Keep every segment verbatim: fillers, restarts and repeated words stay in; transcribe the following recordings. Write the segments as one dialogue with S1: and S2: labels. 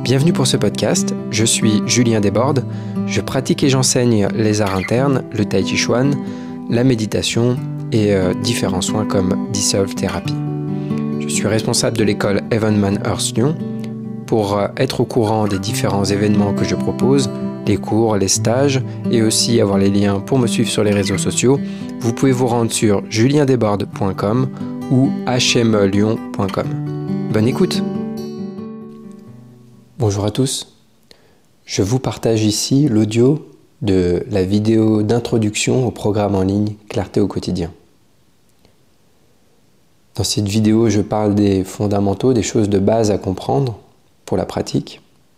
S1: Bienvenue pour ce podcast, je suis Julien Desbordes, je pratique et j'enseigne les arts internes, le tai chi chuan, la méditation et euh, différents soins comme Dissolve Therapy. Je suis responsable de l'école Evenman Earth Lyon. Pour euh, être au courant des différents événements que je propose, les cours, les stages et aussi avoir les liens pour me suivre sur les réseaux sociaux, vous pouvez vous rendre sur julien desbordes point com ou h m e lyon point com. Bonne écoute! Bonjour à tous, je vous partage ici l'audio de la vidéo d'introduction au programme en ligne Clarté au quotidien. Dans cette vidéo, je parle des fondamentaux, des choses de base à comprendre pour la pratique.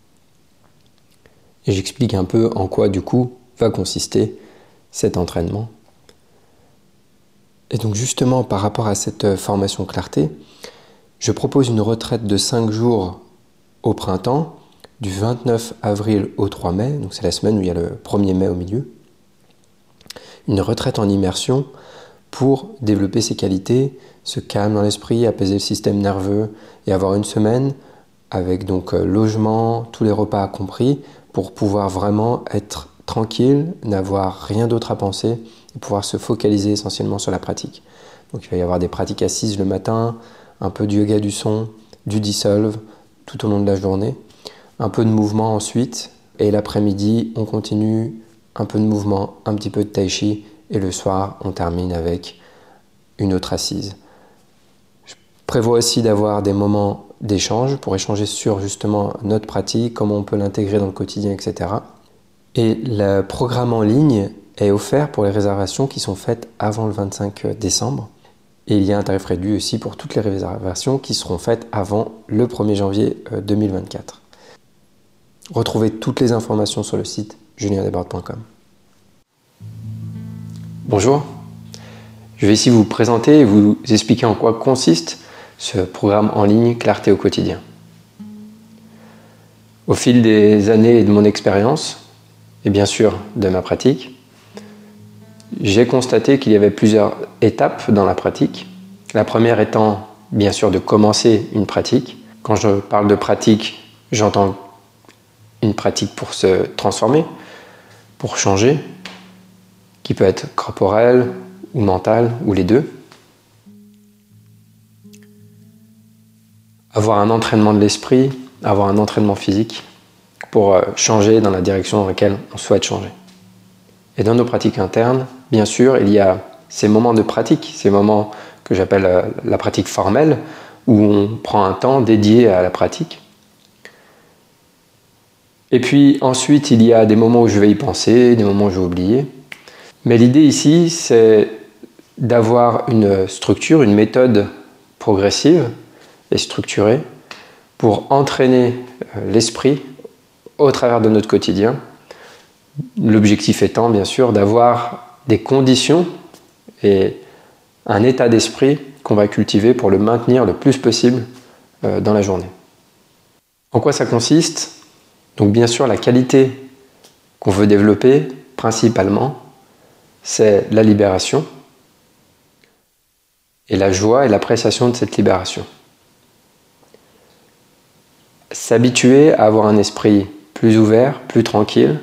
S1: Et j'explique un peu en quoi, du coup, va consister cet entraînement. Et donc justement, par rapport à cette formation Clarté, je propose une retraite de cinq jours au printemps, du vingt-neuf avril au trois mai, donc c'est la semaine où il y a le premier mai au milieu. Une retraite en immersion pour développer ses qualités, se calmer dans l'esprit, apaiser le système nerveux et avoir une semaine avec donc logement, tous les repas compris, pour pouvoir vraiment être tranquille, n'avoir rien d'autre à penser et pouvoir se focaliser essentiellement sur la pratique. Donc il va y avoir des pratiques assises le matin, un peu du yoga du son, du dissolve tout au long de la journée, un peu de mouvement ensuite, et l'après-midi on continue un peu de mouvement, un petit peu de tai chi, et le soir on termine avec une autre assise. Je prévois aussi d'avoir des moments d'échange pour échanger sur justement notre pratique, comment on peut l'intégrer dans le quotidien, et cetera. Et le programme en ligne est offert pour les réservations qui sont faites avant le vingt-cinq décembre. Et il y a un tarif réduit aussi pour toutes les réservations qui seront faites avant le premier janvier deux mille vingt-quatre. Retrouvez toutes les informations sur le site julien desbordes point com. Bonjour, je vais ici vous présenter et vous expliquer en quoi consiste ce programme en ligne Clarté au quotidien. Au fil des années et de mon expérience, et bien sûr de ma pratique, j'ai constaté qu'il y avait plusieurs étapes dans la pratique. La première étant, bien sûr, de commencer une pratique. Quand je parle de pratique, j'entends une pratique pour se transformer, pour changer, qui peut être corporelle ou mentale, ou les deux. Avoir un entraînement de l'esprit, avoir un entraînement physique, pour changer dans la direction dans laquelle on souhaite changer. Et dans nos pratiques internes, bien sûr, il y a ces moments de pratique, ces moments que j'appelle la pratique formelle, où on prend un temps dédié à la pratique. Et puis ensuite, il y a des moments où je vais y penser, des moments où je vais oublier. Mais l'idée ici, c'est d'avoir une structure, une méthode progressive et structurée pour entraîner l'esprit au travers de notre quotidien. L'objectif étant, bien sûr, d'avoir des conditions et un état d'esprit qu'on va cultiver pour le maintenir le plus possible dans la journée. En quoi ça consiste ? Donc bien sûr, la qualité qu'on veut développer, principalement, c'est la libération et la joie et l'appréciation de cette libération. S'habituer à avoir un esprit plus ouvert, plus tranquille,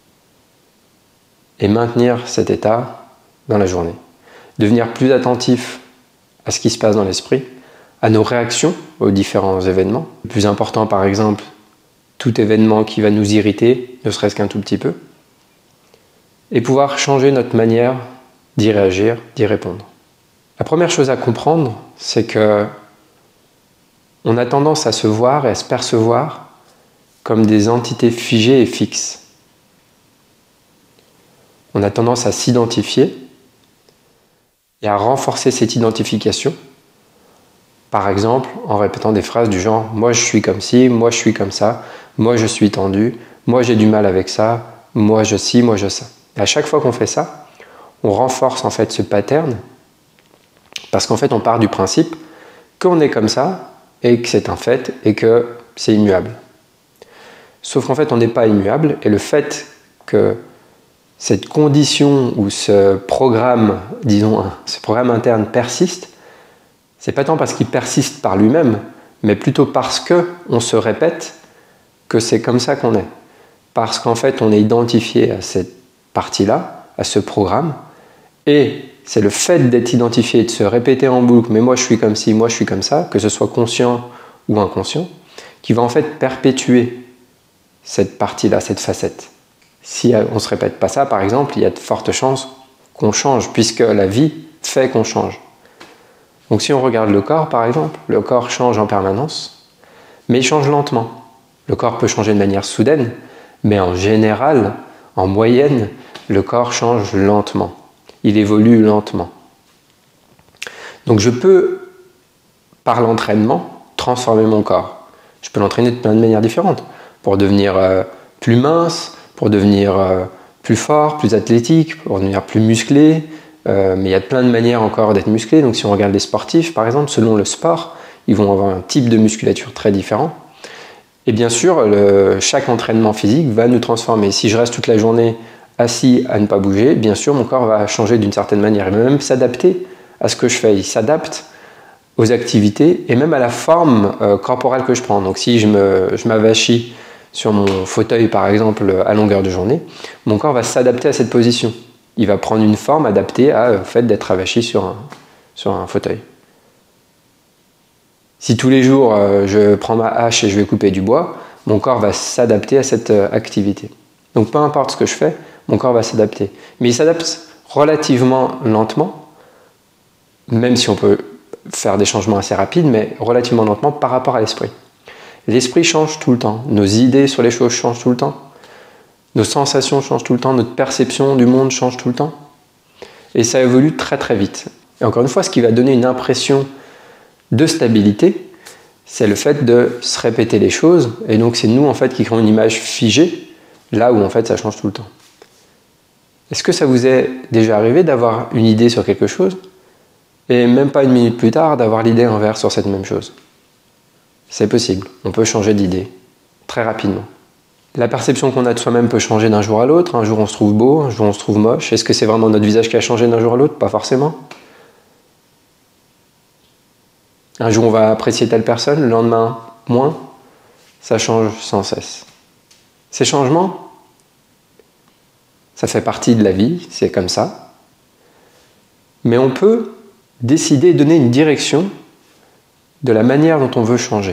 S1: et maintenir cet état dans la journée. Devenir plus attentif à ce qui se passe dans l'esprit, à nos réactions aux différents événements. Le plus important, par exemple, tout événement qui va nous irriter, ne serait-ce qu'un tout petit peu. Et pouvoir changer notre manière d'y réagir, d'y répondre. La première chose à comprendre, c'est que on a tendance à se voir et à se percevoir comme des entités figées et fixes. On a tendance à s'identifier et à renforcer cette identification, par exemple en répétant des phrases du genre « moi je suis comme ci, moi je suis comme ça, moi je suis tendu, moi j'ai du mal avec ça, moi je ci, moi je ça ». Et à chaque fois qu'on fait ça, on renforce en fait ce pattern parce qu'en fait on part du principe qu'on est comme ça et que c'est un fait et que c'est immuable. Sauf qu'en fait on n'est pas immuable et le fait que cette condition ou ce programme, disons, ce programme interne persiste, c'est pas tant parce qu'il persiste par lui-même, mais plutôt parce qu'on se répète que c'est comme ça qu'on est. Parce qu'en fait, on est identifié à cette partie-là, à ce programme, et c'est le fait d'être identifié, de se répéter en boucle, mais moi je suis comme ci, moi je suis comme ça, que ce soit conscient ou inconscient, qui va en fait perpétuer cette partie-là, cette facette. Si on ne se répète pas ça, par exemple, il y a de fortes chances qu'on change, puisque la vie fait qu'on change. Donc si on regarde le corps, par exemple, le corps change en permanence, mais il change lentement. Le corps peut changer de manière soudaine, mais en général, en moyenne, le corps change lentement. Il évolue lentement. Donc je peux, par l'entraînement, transformer mon corps. Je peux l'entraîner de plein de manières différentes, pour devenir euh, plus mince, pour devenir euh, plus fort, plus athlétique, pour devenir plus musclé, euh, mais il y a plein de manières encore d'être musclé. Donc si on regarde les sportifs, par exemple, selon le sport, ils vont avoir un type de musculature très différent. Et bien sûr, le, chaque entraînement physique va nous transformer. Si je reste toute la journée assis à ne pas bouger, bien sûr, mon corps va changer d'une certaine manière. Il va même s'adapter à ce que je fais. Il s'adapte aux activités et même à la forme euh, corporelle que je prends. Donc si je me, je m'avachis sur mon fauteuil, par exemple, à longueur de journée, mon corps va s'adapter à cette position. Il va prendre une forme adaptée au fait d'être avachi sur un, sur un fauteuil. Si tous les jours, euh, je prends ma hache et je vais couper du bois, mon corps va s'adapter à cette euh, activité. Donc peu importe ce que je fais, mon corps va s'adapter. Mais il s'adapte relativement lentement, même si on peut faire des changements assez rapides, mais relativement lentement par rapport à l'esprit. L'esprit change tout le temps, nos idées sur les choses changent tout le temps, nos sensations changent tout le temps, notre perception du monde change tout le temps. Et ça évolue très très vite. Et encore une fois, ce qui va donner une impression de stabilité, c'est le fait de se répéter les choses, et donc c'est nous en fait qui créons une image figée, là où en fait ça change tout le temps. Est-ce que ça vous est déjà arrivé d'avoir une idée sur quelque chose, et même pas une minute plus tard d'avoir l'idée inverse sur cette même chose? C'est possible, on peut changer d'idée très rapidement. La perception qu'on a de soi-même peut changer d'un jour à l'autre, un jour on se trouve beau, un jour on se trouve moche. Est-ce que c'est vraiment notre visage qui a changé d'un jour à l'autre? Pas forcément. Un jour on va apprécier telle personne, le lendemain moins. Ça change sans cesse. Ces changements, ça fait partie de la vie, c'est comme ça. Mais on peut décider, donner une direction de la manière dont on veut changer.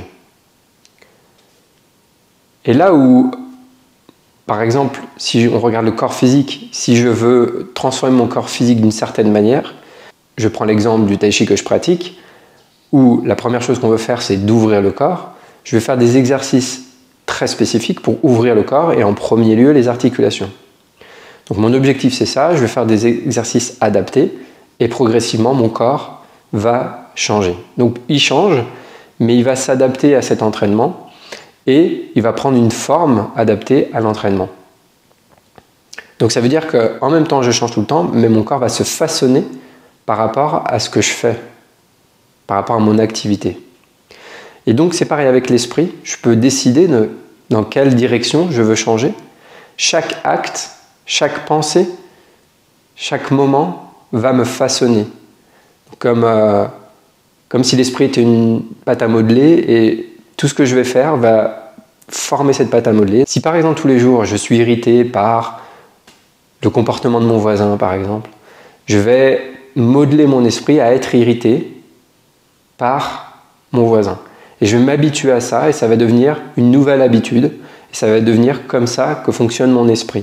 S1: Et là où, par exemple, si on regarde le corps physique, si je veux transformer mon corps physique d'une certaine manière, je prends l'exemple du tai chi que je pratique, où la première chose qu'on veut faire, c'est d'ouvrir le corps. Je vais faire des exercices très spécifiques pour ouvrir le corps et en premier lieu les articulations. Donc mon objectif c'est ça, je vais faire des exercices adaptés et progressivement mon corps va changer. Donc il change, mais il va s'adapter à cet entraînement et il va prendre une forme adaptée à l'entraînement. Donc ça veut dire qu'en même temps je change tout le temps, mais mon corps va se façonner par rapport à ce que je fais, par rapport à mon activité. Et donc c'est pareil avec l'esprit, je peux décider de, dans quelle direction je veux changer. Chaque acte, chaque pensée, chaque moment va me façonner. Comme, euh, comme si l'esprit était une pâte à modeler et tout ce que je vais faire va former cette pâte à modeler. Si par exemple tous les jours je suis irrité par le comportement de mon voisin par exemple, je vais modeler mon esprit à être irrité par mon voisin. Et je vais m'habituer à ça et ça va devenir une nouvelle habitude. Et ça va devenir comme ça que fonctionne mon esprit.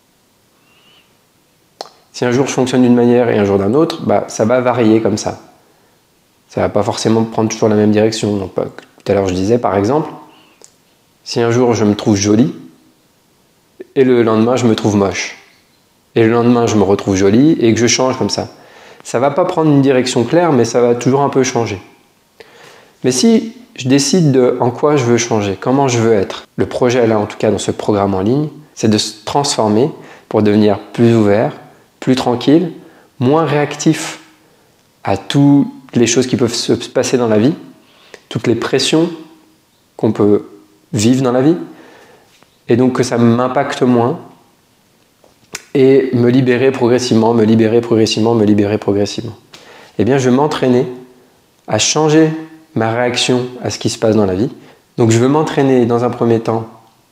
S1: Si un jour je fonctionne d'une manière et un jour d'un autre, bah, ça va varier comme ça. Ça ne va pas forcément prendre toujours la même direction. Donc, bah, tout à l'heure je disais par exemple, si un jour je me trouve jolie et le lendemain je me trouve moche. Et le lendemain je me retrouve jolie et que je change comme ça. Ça ne va pas prendre une direction claire mais ça va toujours un peu changer. Mais si je décide de en quoi je veux changer, comment je veux être, le projet là en tout cas dans ce programme en ligne, c'est de se transformer pour devenir plus ouvert, plus tranquille, moins réactif à toutes les choses qui peuvent se passer dans la vie, toutes les pressions qu'on peut vivre dans la vie, et donc que ça m'impacte moins, et me libérer progressivement, me libérer progressivement, me libérer progressivement. Eh bien, je vais m'entraîner à changer ma réaction à ce qui se passe dans la vie. Donc je veux m'entraîner dans un premier temps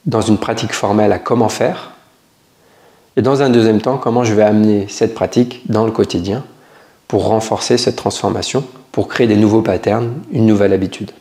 S1: dans une pratique formelle à comment faire, et dans un deuxième temps, comment je vais amener cette pratique dans le quotidien pour renforcer cette transformation, pour créer des nouveaux patterns, une nouvelle habitude.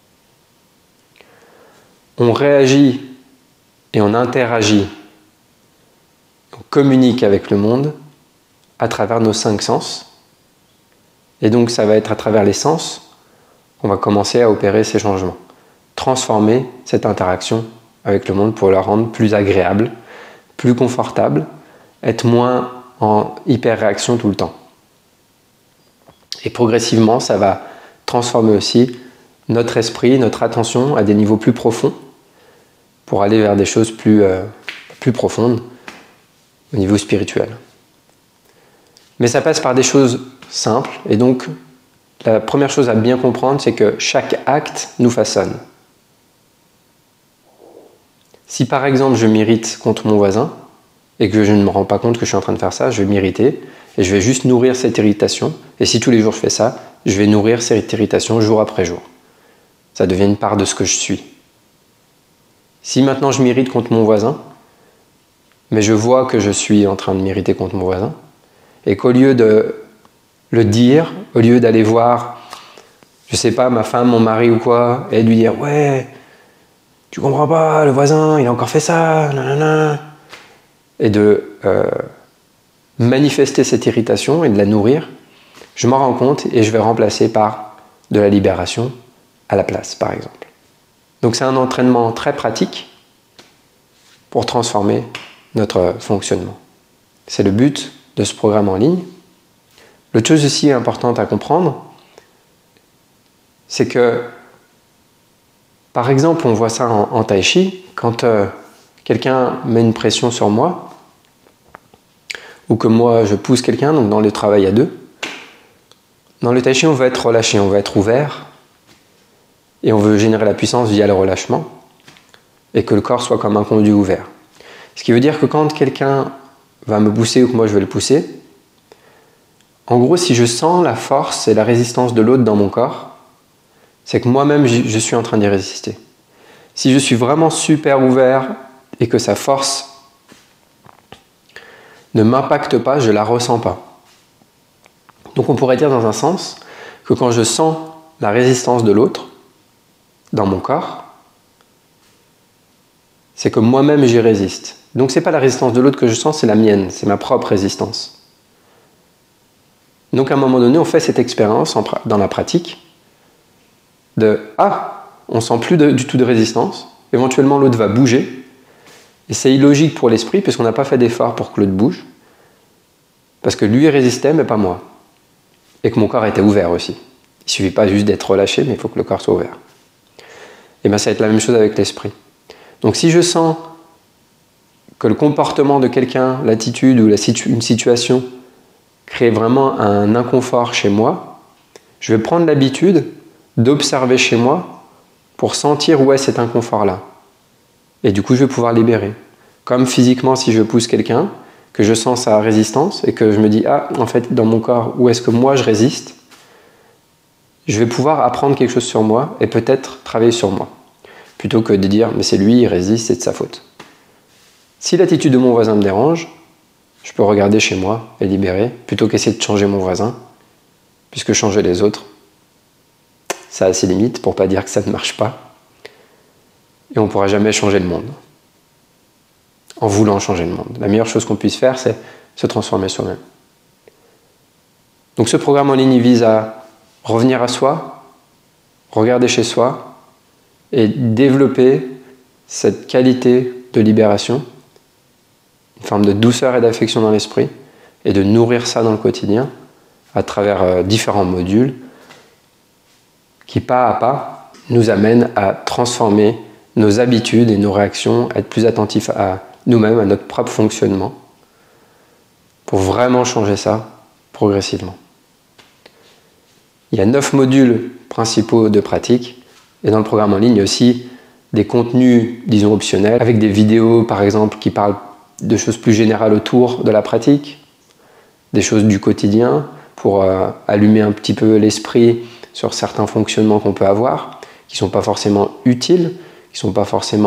S1: On réagit et on interagit, on communique avec le monde à travers nos cinq sens. Et donc ça va être à travers les sens qu'on va commencer à opérer ces changements. Transformer cette interaction avec le monde pour la rendre plus agréable, plus confortable, être moins en hyper-réaction tout le temps. Et progressivement, ça va transformer aussi notre esprit, notre attention à des niveaux plus profonds pour aller vers des choses plus, euh, plus profondes au niveau spirituel. Mais ça passe par des choses simples, et donc la première chose à bien comprendre, c'est que chaque acte nous façonne. Si par exemple je m'irrite contre mon voisin, et que je ne me rends pas compte que je suis en train de faire ça, je vais m'irriter, et je vais juste nourrir cette irritation, et si tous les jours je fais ça, je vais nourrir cette irritation jour après jour. Ça devient une part de ce que je suis. Si maintenant je m'irrite contre mon voisin, mais je vois que je suis en train de m'irriter contre mon voisin, et qu'au lieu de le dire, au lieu d'aller voir, je sais pas, ma femme, mon mari ou quoi, et de lui dire « Ouais, tu comprends pas, le voisin, il a encore fait ça, nanana », et de euh, manifester cette irritation et de la nourrir, je m'en rends compte et je vais remplacer par de la libération à la place, par exemple. Donc c'est un entraînement très pratique pour transformer notre fonctionnement. C'est le but de ce programme en ligne. L'autre chose aussi importante à comprendre, c'est que, par exemple, on voit ça en, en tai chi, quand euh, quelqu'un met une pression sur moi, ou que moi je pousse quelqu'un, donc dans le travail à deux, dans le tai chi on veut être relâché, on veut être ouvert, et on veut générer la puissance via le relâchement, et que le corps soit comme un conduit ouvert. Ce qui veut dire que quand quelqu'un va me pousser ou que moi je vais le pousser, en gros si je sens la force et la résistance de l'autre dans mon corps, c'est que moi-même je suis en train d'y résister. Si je suis vraiment super ouvert et que sa force ne m'impacte pas, je ne la ressens pas. Donc on pourrait dire dans un sens que quand je sens la résistance de l'autre dans mon corps, c'est que moi-même j'y résiste. Donc c'est pas la résistance de l'autre que je sens, c'est la mienne, c'est ma propre résistance. Donc à un moment donné, on fait cette expérience en pra- dans la pratique de « Ah, on sent plus de, du tout de résistance, éventuellement l'autre va bouger ». Et c'est illogique pour l'esprit, puisqu'on n'a pas fait d'effort pour que l'autre bouge. Parce que lui résistait, mais pas moi. Et que mon corps était ouvert aussi. Il ne suffit pas juste d'être relâché, mais il faut que le corps soit ouvert. Et bien ça va être la même chose avec l'esprit. Donc si je sens que le comportement de quelqu'un, l'attitude ou la situ- une situation crée vraiment un inconfort chez moi, je vais prendre l'habitude d'observer chez moi pour sentir où est cet inconfort-là. Et du coup, je vais pouvoir libérer. Comme physiquement, si je pousse quelqu'un, que je sens sa résistance et que je me dis « Ah, en fait, dans mon corps, où est-ce que moi je résiste ?» Je vais pouvoir apprendre quelque chose sur moi et peut-être travailler sur moi. Plutôt que de dire « Mais c'est lui, il résiste, c'est de sa faute. » Si l'attitude de mon voisin me dérange, je peux regarder chez moi et libérer, plutôt qu'essayer de changer mon voisin, puisque changer les autres, ça a ses limites, pour ne pas dire que ça ne marche pas. Et on ne pourra jamais changer le monde en voulant changer le monde. La meilleure chose qu'on puisse faire, c'est se transformer soi-même. Donc ce programme en ligne, il vise à revenir à soi, regarder chez soi et développer cette qualité de libération, une forme de douceur et d'affection dans l'esprit, et de nourrir ça dans le quotidien à travers euh, différents modules qui, pas à pas, nous amènent à transformer nos habitudes et nos réactions, à être plus attentifs à nous-mêmes, à notre propre fonctionnement, pour vraiment changer ça progressivement. Il y a neuf modules principaux de pratique, et dans le programme en ligne, il y a aussi des contenus, disons, optionnels, avec des vidéos, par exemple, qui parlent de choses plus générales autour de la pratique, des choses du quotidien, pour euh, allumer un petit peu l'esprit sur certains fonctionnements qu'on peut avoir, qui ne sont pas forcément utiles, qui ne sont pas forcément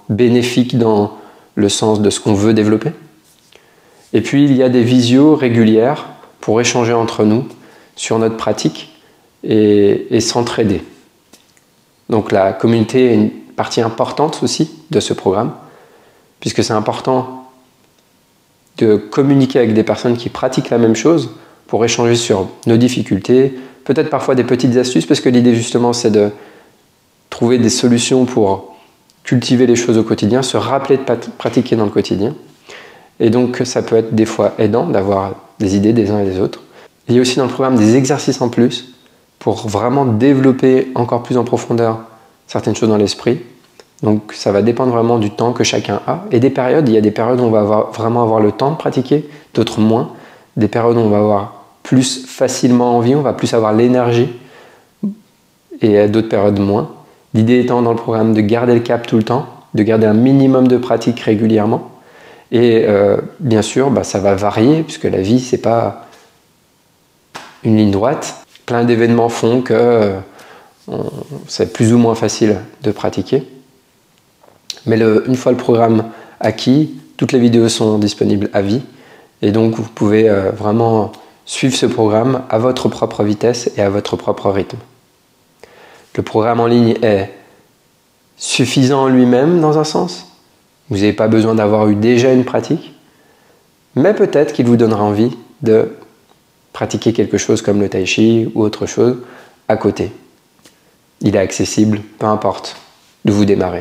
S1: bénéfique dans le sens de ce qu'on veut développer. Et puis il y a des visios régulières pour échanger entre nous sur notre pratique et, et s'entraider. Donc la communauté est une partie importante aussi de ce programme, puisque c'est important de communiquer avec des personnes qui pratiquent la même chose pour échanger sur nos difficultés, peut-être parfois des petites astuces, parce que l'idée justement c'est de trouver des solutions pour cultiver les choses au quotidien, se rappeler de pratiquer dans le quotidien. Et donc ça peut être des fois aidant d'avoir des idées des uns et des autres. Il y a aussi dans le programme des exercices en plus pour vraiment développer encore plus en profondeur certaines choses dans l'esprit. Donc ça va dépendre vraiment du temps que chacun a. Et des périodes, il y a des périodes où on va avoir, vraiment avoir le temps de pratiquer, d'autres moins. Des périodes où on va avoir plus facilement envie, on va plus avoir l'énergie, et d'autres périodes moins. L'idée étant dans le programme de garder le cap tout le temps, de garder un minimum de pratique régulièrement. Et euh, bien sûr, bah, ça va varier, puisque la vie, c'est pas une ligne droite. Plein d'événements font que euh, c'est plus ou moins facile de pratiquer. Mais le, une fois le programme acquis, toutes les vidéos sont disponibles à vie. Et donc, vous pouvez euh, vraiment suivre ce programme à votre propre vitesse et à votre propre rythme. Le programme en ligne est suffisant en lui-même dans un sens. Vous n'avez pas besoin d'avoir eu déjà une pratique, mais peut-être qu'il vous donnera envie de pratiquer quelque chose comme le tai chi ou autre chose à côté. Il est accessible, peu importe d'où vous démarrez.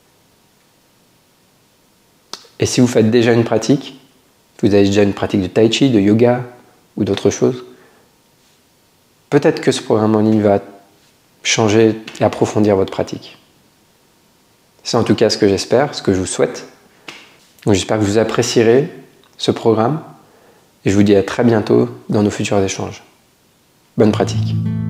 S1: Et si vous faites déjà une pratique, vous avez déjà une pratique de tai chi, de yoga ou d'autres choses, peut-être que ce programme en ligne va changer et approfondir votre pratique. C'est en tout cas ce que j'espère, ce que je vous souhaite. Donc j'espère que vous apprécierez ce programme et je vous dis à très bientôt dans nos futurs échanges. Bonne pratique.